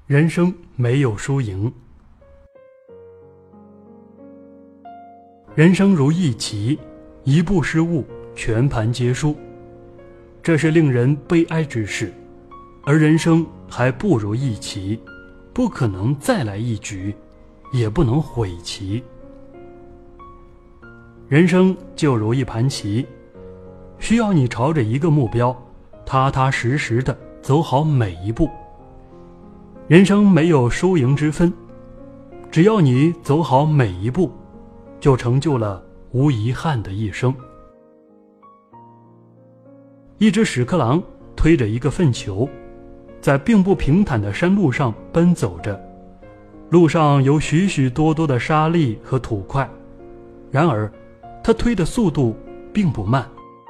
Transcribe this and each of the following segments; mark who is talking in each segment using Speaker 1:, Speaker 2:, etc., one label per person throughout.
Speaker 1: 人生没有输赢，人生如一棋，一步失误，全盘皆输，这是令人悲哀之事。而人生还不如一棋，不可能再来一局，也不能毁棋。人生就如一盘棋，需要你朝着一个目标，踏踏实实地走好每一步。人生没有输赢之分，只要你走好每一步，就成就了无遗憾的一生。一只屎壳郎推着一个粪球，在并不平坦的山路上奔走着，路上有许许多多的沙砾和土块，然而他推的速度并不慢。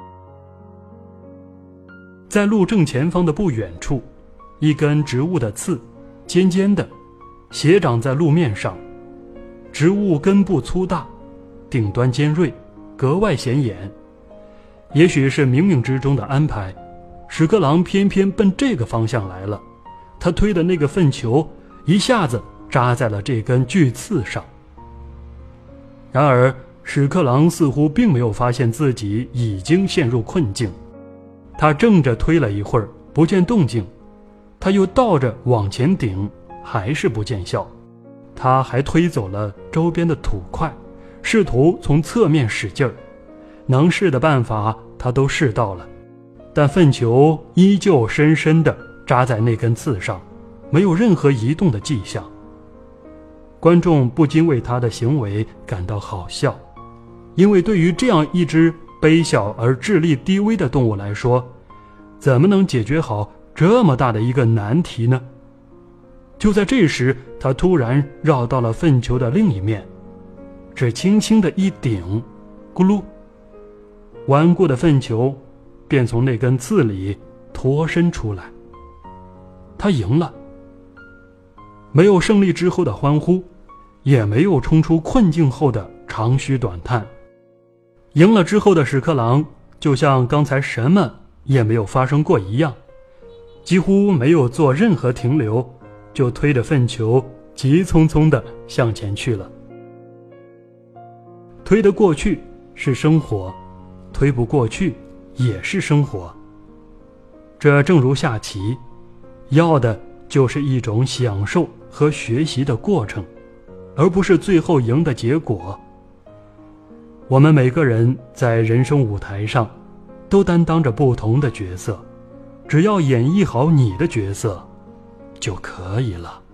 Speaker 1: 在路正前方的不远处，一根植物的刺尖尖的斜长在路面上，植物根部粗大，顶端尖锐，格外显眼。也许是冥冥之中的安排，屎壳郎偏偏奔这个方向来了，他推的那个粪球一下子扎在了这根巨刺上。然而屎壳郎似乎并没有发现自己已经陷入困境，他正着推了一会儿，不见动静，他又倒着往前顶，还是不见效。他还推走了周边的土块，试图从侧面使劲儿，能试的办法他都试到了，但粪球依旧深深地扎在那根刺上，没有任何移动的迹象。观众不禁为他的行为感到好笑，因为对于这样一只卑小而智力低微的动物来说，怎么能解决好这么大的一个难题呢？就在这时，他突然绕到了粪球的另一面，只轻轻的一顶，咕噜，顽固的粪球便从那根刺里脱身出来。他赢了，没有胜利之后的欢呼，也没有冲出困境后的长吁短叹。赢了之后的屎壳郎就像刚才什么也没有发生过一样，几乎没有做任何停留，就推着粪球急匆匆地向前去了。推得过去是生活，推不过去也是生活。这正如下棋，要的就是一种享受和学习的过程，而不是最后赢的结果。我们每个人在人生舞台上都担当着不同的角色，只要演绎好你的角色就可以了。